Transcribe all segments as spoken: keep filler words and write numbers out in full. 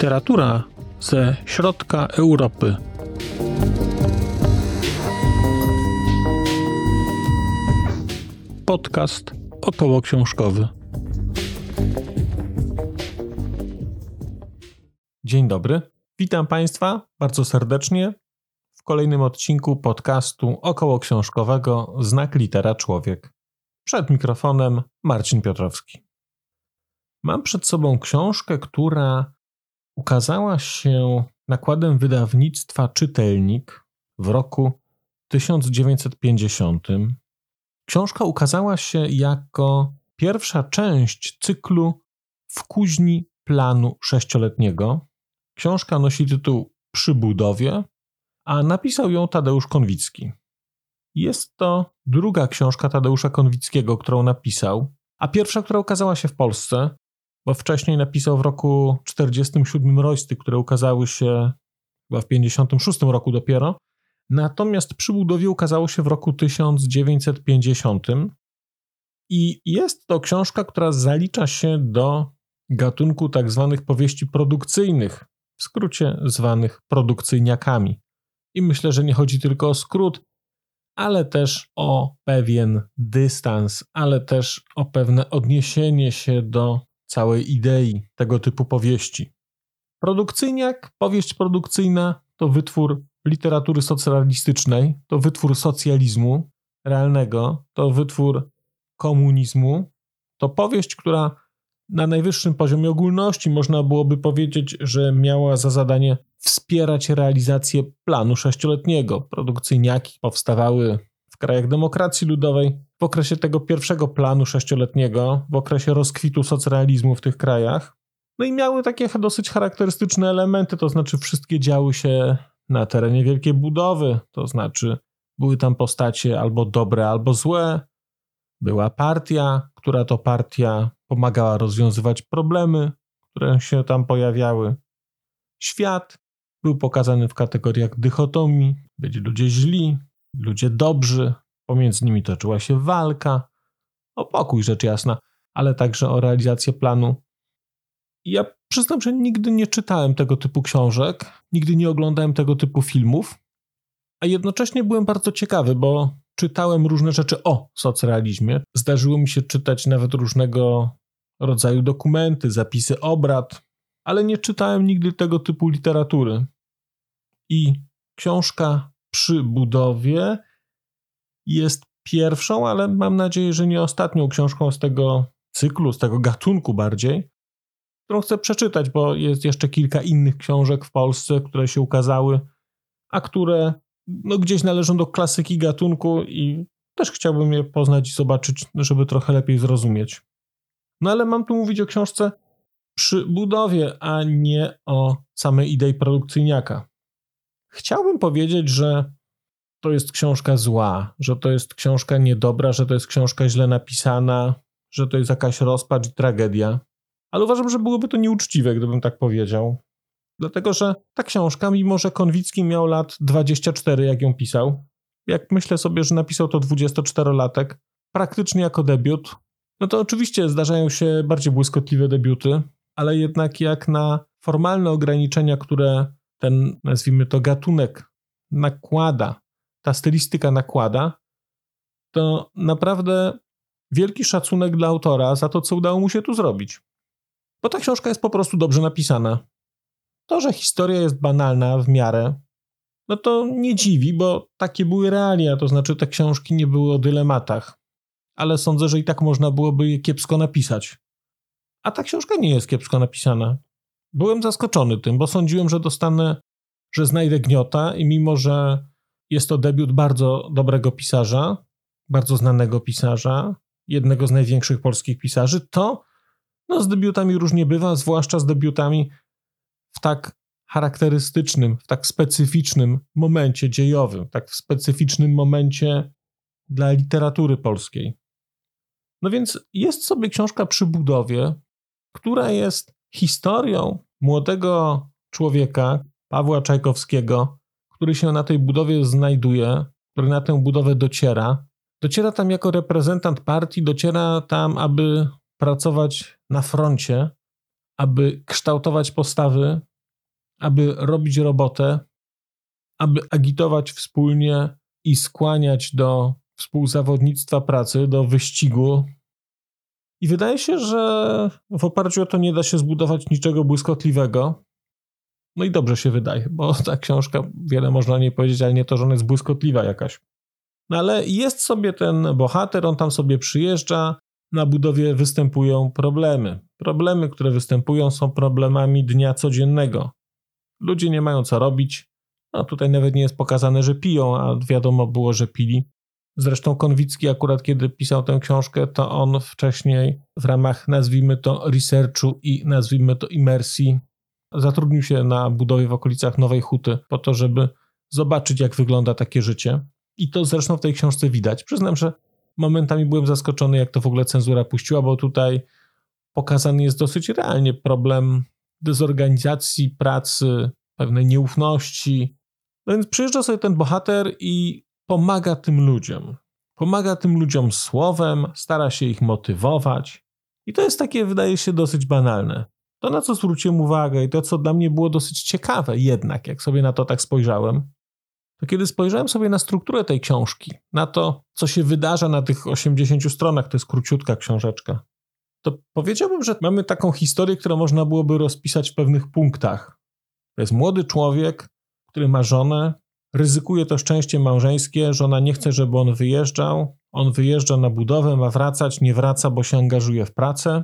Literatura ze środka Europy. Podcast okołoksiążkowy. Dzień dobry, witam Państwa bardzo serdecznie w kolejnym odcinku podcastu okołoksiążkowego Znak Litera Człowiek. Przed mikrofonem Marcin Piotrowski. Mam przed sobą książkę, która ukazała się nakładem wydawnictwa Czytelnik w roku tysiąc dziewięćset pięćdziesiątym. Książka ukazała się jako pierwsza część cyklu W kuźni planu sześcioletniego. Książka nosi tytuł Przy budowie, a napisał ją Tadeusz Konwicki. Jest to druga książka Tadeusza Konwickiego, którą napisał, a pierwsza, która ukazała się w Polsce, bo wcześniej napisał w roku czterdziestym siódmym Roysty, które ukazały się chyba w pięćdziesiątym szóstym roku dopiero. Natomiast Przy budowie ukazało się w roku tysiąc dziewięćset pięćdziesiątym i jest to książka, która zalicza się do gatunku tak zwanych powieści produkcyjnych, w skrócie zwanych produkcyjniakami. I myślę, że nie chodzi tylko o skrót, ale też o pewien dystans, ale też o pewne odniesienie się do całej idei tego typu powieści. Produkcyjniak, powieść produkcyjna to wytwór literatury socrealistycznej, to wytwór socjalizmu realnego, to wytwór komunizmu, to powieść, która na najwyższym poziomie ogólności można byłoby powiedzieć, że miała za zadanie wspierać realizację planu sześcioletniego. Produkcyjniaki powstawały w krajach demokracji ludowej w okresie tego pierwszego planu sześcioletniego, w okresie rozkwitu socrealizmu w tych krajach. No i miały takie dosyć charakterystyczne elementy, to znaczy wszystkie działy się na terenie wielkiej budowy, to znaczy były tam postacie albo dobre, albo złe. Była partia, która to partia pomagała rozwiązywać problemy, które się tam pojawiały. Świat był pokazany w kategoriach dychotomii, byli ludzie źli, ludzie dobrzy, pomiędzy nimi toczyła się walka, o pokój rzecz jasna, ale także o realizację planu. I ja przyznam, że nigdy nie czytałem tego typu książek, nigdy nie oglądałem tego typu filmów, a jednocześnie byłem bardzo ciekawy, bo czytałem różne rzeczy o socrealizmie. Zdarzyło mi się czytać nawet różnego rodzaju dokumenty, zapisy obrad, ale nie czytałem nigdy tego typu literatury. I książka Przy budowie jest pierwszą, ale mam nadzieję, że nie ostatnią książką z tego cyklu, z tego gatunku bardziej, którą chcę przeczytać, bo jest jeszcze kilka innych książek w Polsce, które się ukazały, a które no, gdzieś należą do klasyki gatunku i też chciałbym je poznać i zobaczyć, żeby trochę lepiej zrozumieć. No ale mam tu mówić o książce Przy budowie, a nie o samej idei produkcyjniaka. Chciałbym powiedzieć, że to jest książka zła, że to jest książka niedobra, że to jest książka źle napisana, że to jest jakaś rozpacz i tragedia. Ale uważam, że byłoby to nieuczciwe, gdybym tak powiedział. Dlatego, że ta książka, mimo że Konwicki miał lat dwadzieścia cztery, jak ją pisał, jak myślę sobie, że napisał to dwudziestoczterolatek, praktycznie jako debiut, no to oczywiście zdarzają się bardziej błyskotliwe debiuty, ale jednak jak na formalne ograniczenia, które ten, nazwijmy to, gatunek nakłada, ta stylistyka nakłada, to naprawdę wielki szacunek dla autora za to, co udało mu się tu zrobić. Bo ta książka jest po prostu dobrze napisana. To, że historia jest banalna w miarę, no to nie dziwi, bo takie były realia, to znaczy te książki nie były o dylematach, ale sądzę, że i tak można byłoby je kiepsko napisać. A ta książka nie jest kiepsko napisana. Byłem zaskoczony tym, bo sądziłem, że dostanę, że znajdę gniota i mimo, że jest to debiut bardzo dobrego pisarza, bardzo znanego pisarza, jednego z największych polskich pisarzy, to no, z debiutami różnie bywa, zwłaszcza z debiutami w tak charakterystycznym, w tak specyficznym momencie dziejowym, tak w specyficznym momencie dla literatury polskiej. No więc jest sobie książka Przy budowie, która jest historią młodego człowieka, Pawła Czajkowskiego, który się na tej budowie znajduje, który na tę budowę dociera. Dociera tam jako reprezentant partii, dociera tam, aby pracować na froncie, aby kształtować postawy aby robić robotę, aby agitować wspólnie i skłaniać do współzawodnictwa pracy, do wyścigu. I wydaje się, że w oparciu o to nie da się zbudować niczego błyskotliwego. No i dobrze się wydaje, bo ta książka, wiele można o niej powiedzieć, ale nie to, że ona jest błyskotliwa jakaś. No ale jest sobie ten bohater, on tam sobie przyjeżdża, na budowie występują problemy. Problemy, które występują, są problemami dnia codziennego. Ludzie nie mają co robić. No tutaj nawet nie jest pokazane, że piją, a wiadomo było, że pili. Zresztą Konwicki akurat kiedy pisał tę książkę, to on wcześniej w ramach, nazwijmy to, researchu i nazwijmy to imersji, zatrudnił się na budowie w okolicach Nowej Huty po to, żeby zobaczyć, jak wygląda takie życie. I to zresztą w tej książce widać. Przyznam, że momentami byłem zaskoczony, jak to w ogóle cenzura puściła, bo tutaj pokazany jest dosyć realnie problem dezorganizacji pracy, pewnej nieufności. No więc przyjeżdża sobie ten bohater i pomaga tym ludziom. Pomaga tym ludziom słowem, stara się ich motywować. I to jest takie, wydaje się, dosyć banalne. To, na co zwróciłem uwagę i to, co dla mnie było dosyć ciekawe jednak, jak sobie na to tak spojrzałem, to kiedy spojrzałem sobie na strukturę tej książki, na to, co się wydarza na tych osiemdziesięciu stronach, to jest króciutka książeczka, to powiedziałbym, że mamy taką historię, którą można byłoby rozpisać w pewnych punktach. To jest młody człowiek, który ma żonę, ryzykuje to szczęście małżeńskie, żona nie chce, żeby on wyjeżdżał, on wyjeżdża na budowę, ma wracać, nie wraca, bo się angażuje w pracę,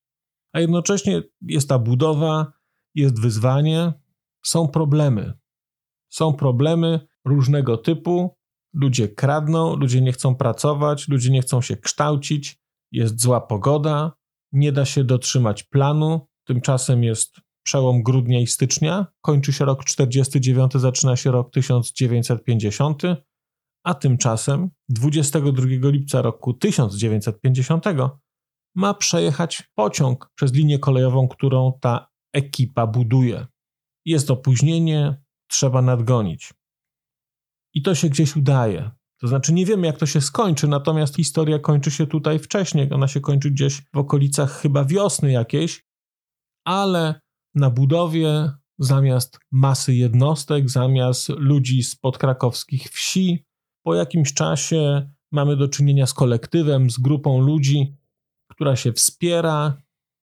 a jednocześnie jest ta budowa, jest wyzwanie, są problemy. Są problemy różnego typu, ludzie kradną, ludzie nie chcą pracować, ludzie nie chcą się kształcić, jest zła pogoda, nie da się dotrzymać planu, tymczasem jest przełom grudnia i stycznia, kończy się rok czterdziesty dziewiąty, zaczyna się rok tysiąc dziewięćset pięćdziesiąty, a tymczasem dwudziestego drugiego lipca roku tysiąc dziewięćset pięćdziesiątego ma przejechać pociąg przez linię kolejową, którą ta ekipa buduje. Jest opóźnienie, trzeba nadgonić. I to się gdzieś udaje. To znaczy nie wiemy, jak to się skończy, natomiast historia kończy się tutaj wcześniej. Ona się kończy gdzieś w okolicach chyba wiosny jakiejś, ale na budowie zamiast masy jednostek, zamiast ludzi z podkrakowskich wsi, po jakimś czasie mamy do czynienia z kolektywem, z grupą ludzi, która się wspiera,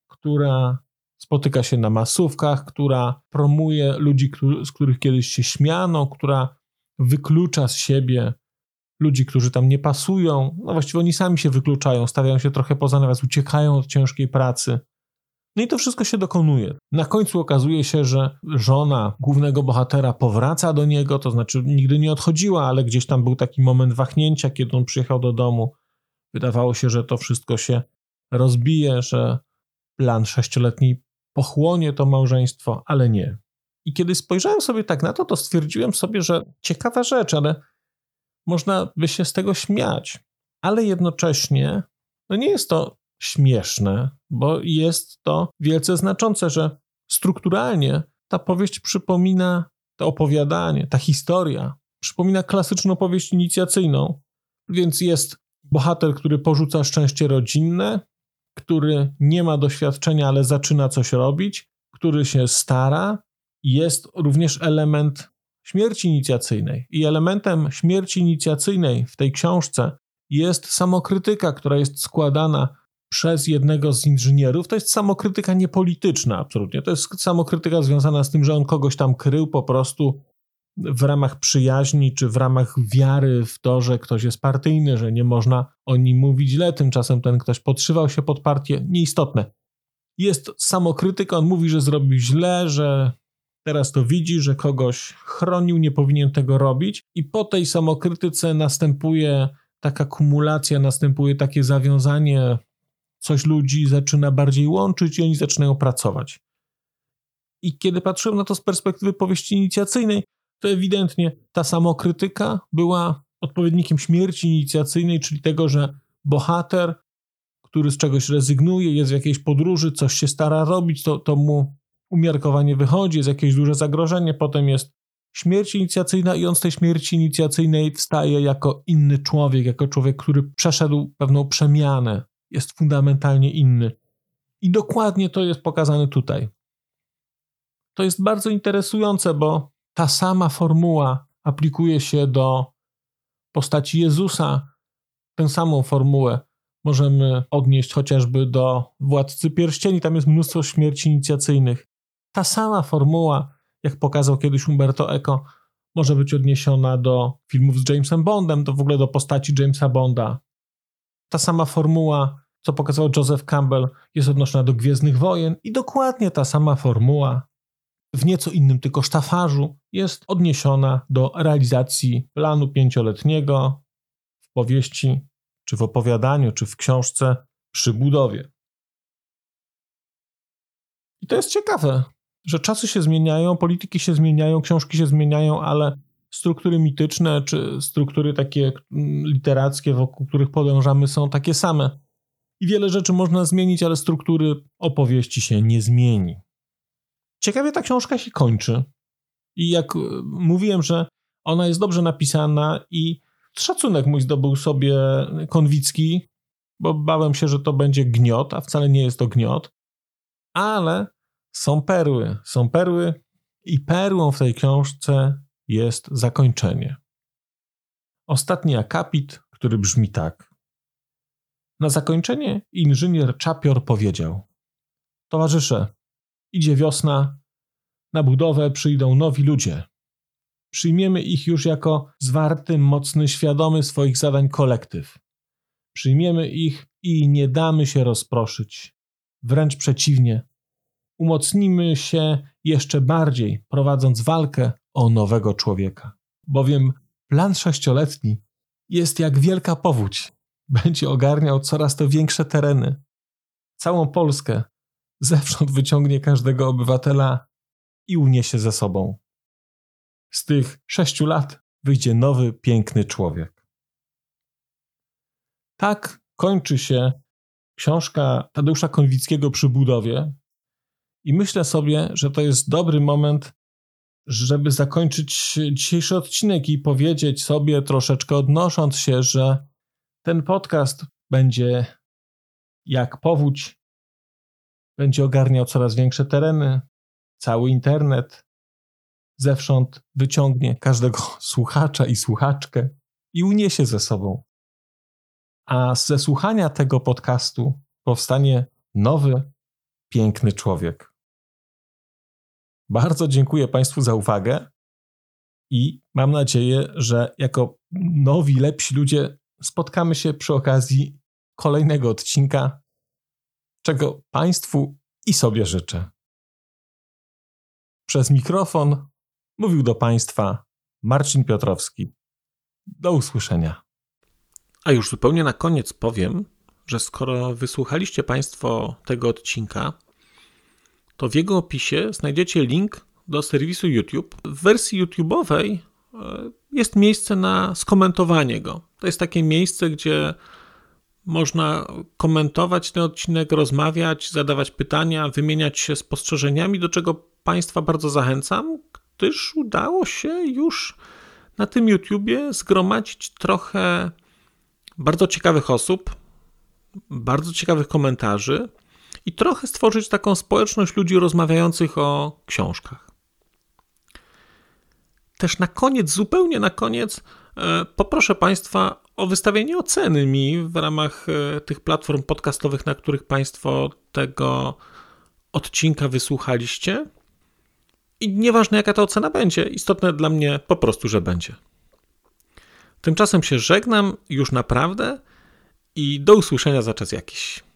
która spotyka się na masówkach, która promuje ludzi, z których kiedyś się śmiano, która wyklucza z siebie ludzi, którzy tam nie pasują. No właściwie oni sami się wykluczają, stawiają się trochę poza nawias, uciekają od ciężkiej pracy. No i to wszystko się dokonuje. Na końcu okazuje się, że żona głównego bohatera powraca do niego, to znaczy nigdy nie odchodziła, ale gdzieś tam był taki moment wahnięcia, kiedy on przyjechał do domu. Wydawało się, że to wszystko się rozbije, że plan sześcioletni pochłonie to małżeństwo, ale nie. I kiedy spojrzałem sobie tak na to, to stwierdziłem sobie, że ciekawa rzecz, ale można by się z tego śmiać. Ale jednocześnie no nie jest to śmieszne, bo jest to wielce znaczące, że strukturalnie ta powieść przypomina, to opowiadanie, ta historia przypomina klasyczną powieść inicjacyjną, więc jest bohater, który porzuca szczęście rodzinne, który nie ma doświadczenia, ale zaczyna coś robić, który się stara. Jest również element śmierci inicjacyjnej. I elementem śmierci inicjacyjnej w tej książce jest samokrytyka, która jest składana przez jednego z inżynierów. To jest samokrytyka niepolityczna absolutnie. To jest samokrytyka związana z tym, że on kogoś tam krył po prostu w ramach przyjaźni, czy w ramach wiary w to, że ktoś jest partyjny, że nie można o nim mówić źle. Tymczasem ten ktoś podszywał się pod partię. Nieistotne. Jest samokrytyka, on mówi, że zrobił źle, że teraz to widzi, że kogoś chronił, nie powinien tego robić i po tej samokrytyce następuje taka kumulacja, następuje takie zawiązanie, coś ludzi zaczyna bardziej łączyć i oni zaczynają pracować. I kiedy patrzyłem na to z perspektywy powieści inicjacyjnej, to ewidentnie ta samokrytyka była odpowiednikiem śmierci inicjacyjnej, czyli tego, że bohater, który z czegoś rezygnuje, jest w jakiejś podróży, coś się stara robić, to, to mu umiarkowanie wychodzi, jest jakieś duże zagrożenie, potem jest śmierć inicjacyjna i on z tej śmierci inicjacyjnej wstaje jako inny człowiek, jako człowiek, który przeszedł pewną przemianę, jest fundamentalnie inny. I dokładnie to jest pokazane tutaj. To jest bardzo interesujące, bo ta sama formuła aplikuje się do postaci Jezusa. Tę samą formułę możemy odnieść chociażby do Władcy Pierścieni. Tam jest mnóstwo śmierci inicjacyjnych. Ta sama formuła, jak pokazał kiedyś Umberto Eco, może być odniesiona do filmów z Jamesem Bondem, do w ogóle do postaci Jamesa Bonda. Ta sama formuła, co pokazał Joseph Campbell, jest odnoszona do Gwiezdnych Wojen i dokładnie ta sama formuła w nieco innym tylko sztafarzu jest odniesiona do realizacji planu pięcioletniego w powieści, czy w opowiadaniu, czy w książce Przy budowie. I to jest ciekawe, że czasy się zmieniają, polityki się zmieniają, książki się zmieniają, ale struktury mityczne, czy struktury takie literackie, wokół których podążamy, są takie same. I wiele rzeczy można zmienić, ale struktury opowieści się nie zmieni. Ciekawie ta książka się kończy. I jak mówiłem, że ona jest dobrze napisana i szacunek mój zdobył sobie Konwicki, bo bałem się, że to będzie gniot, a wcale nie jest to gniot. Ale są perły, są perły i perłą w tej książce jest zakończenie. Ostatni akapit, który brzmi tak. Na zakończenie inżynier Czapior powiedział: towarzysze, idzie wiosna, na budowę przyjdą nowi ludzie. Przyjmiemy ich już jako zwarty, mocny, świadomy swoich zadań kolektyw. Przyjmiemy ich i nie damy się rozproszyć. Wręcz przeciwnie, umocnimy się jeszcze bardziej, prowadząc walkę o nowego człowieka. Bowiem plan sześcioletni jest jak wielka powódź. Będzie ogarniał coraz to większe tereny. Całą Polskę zewsząd wyciągnie każdego obywatela i uniesie ze sobą. Z tych sześciu lat wyjdzie nowy, piękny człowiek. Tak kończy się książka Tadeusza Konwickiego Przy budowie i myślę sobie, że to jest dobry moment, żeby zakończyć dzisiejszy odcinek i powiedzieć sobie, troszeczkę odnosząc się, że ten podcast będzie jak powódź, będzie ogarniał coraz większe tereny, cały internet, zewsząd wyciągnie każdego słuchacza i słuchaczkę i uniesie ze sobą. A ze słuchania tego podcastu powstanie nowy, piękny człowiek. Bardzo dziękuję Państwu za uwagę i mam nadzieję, że jako nowi, lepsi ludzie spotkamy się przy okazji kolejnego odcinka, czego Państwu i sobie życzę. Przez mikrofon mówił do Państwa Marcin Piotrowski. Do usłyszenia. A już zupełnie na koniec powiem, że skoro wysłuchaliście Państwo tego odcinka, to w jego opisie znajdziecie link do serwisu YouTube. W wersji YouTube'owej jest miejsce na skomentowanie go. To jest takie miejsce, gdzie można komentować ten odcinek, rozmawiać, zadawać pytania, wymieniać się spostrzeżeniami, do czego Państwa bardzo zachęcam, gdyż udało się już na tym YouTubie zgromadzić trochę bardzo ciekawych osób, bardzo ciekawych komentarzy i trochę stworzyć taką społeczność ludzi rozmawiających o książkach. Też na koniec, zupełnie na koniec, poproszę Państwa o wystawienie oceny mi w ramach tych platform podcastowych, na których Państwo tego odcinka wysłuchaliście. I nieważne jaka ta ocena będzie, istotne dla mnie po prostu, że będzie. Tymczasem się żegnam już naprawdę i do usłyszenia za czas jakiś.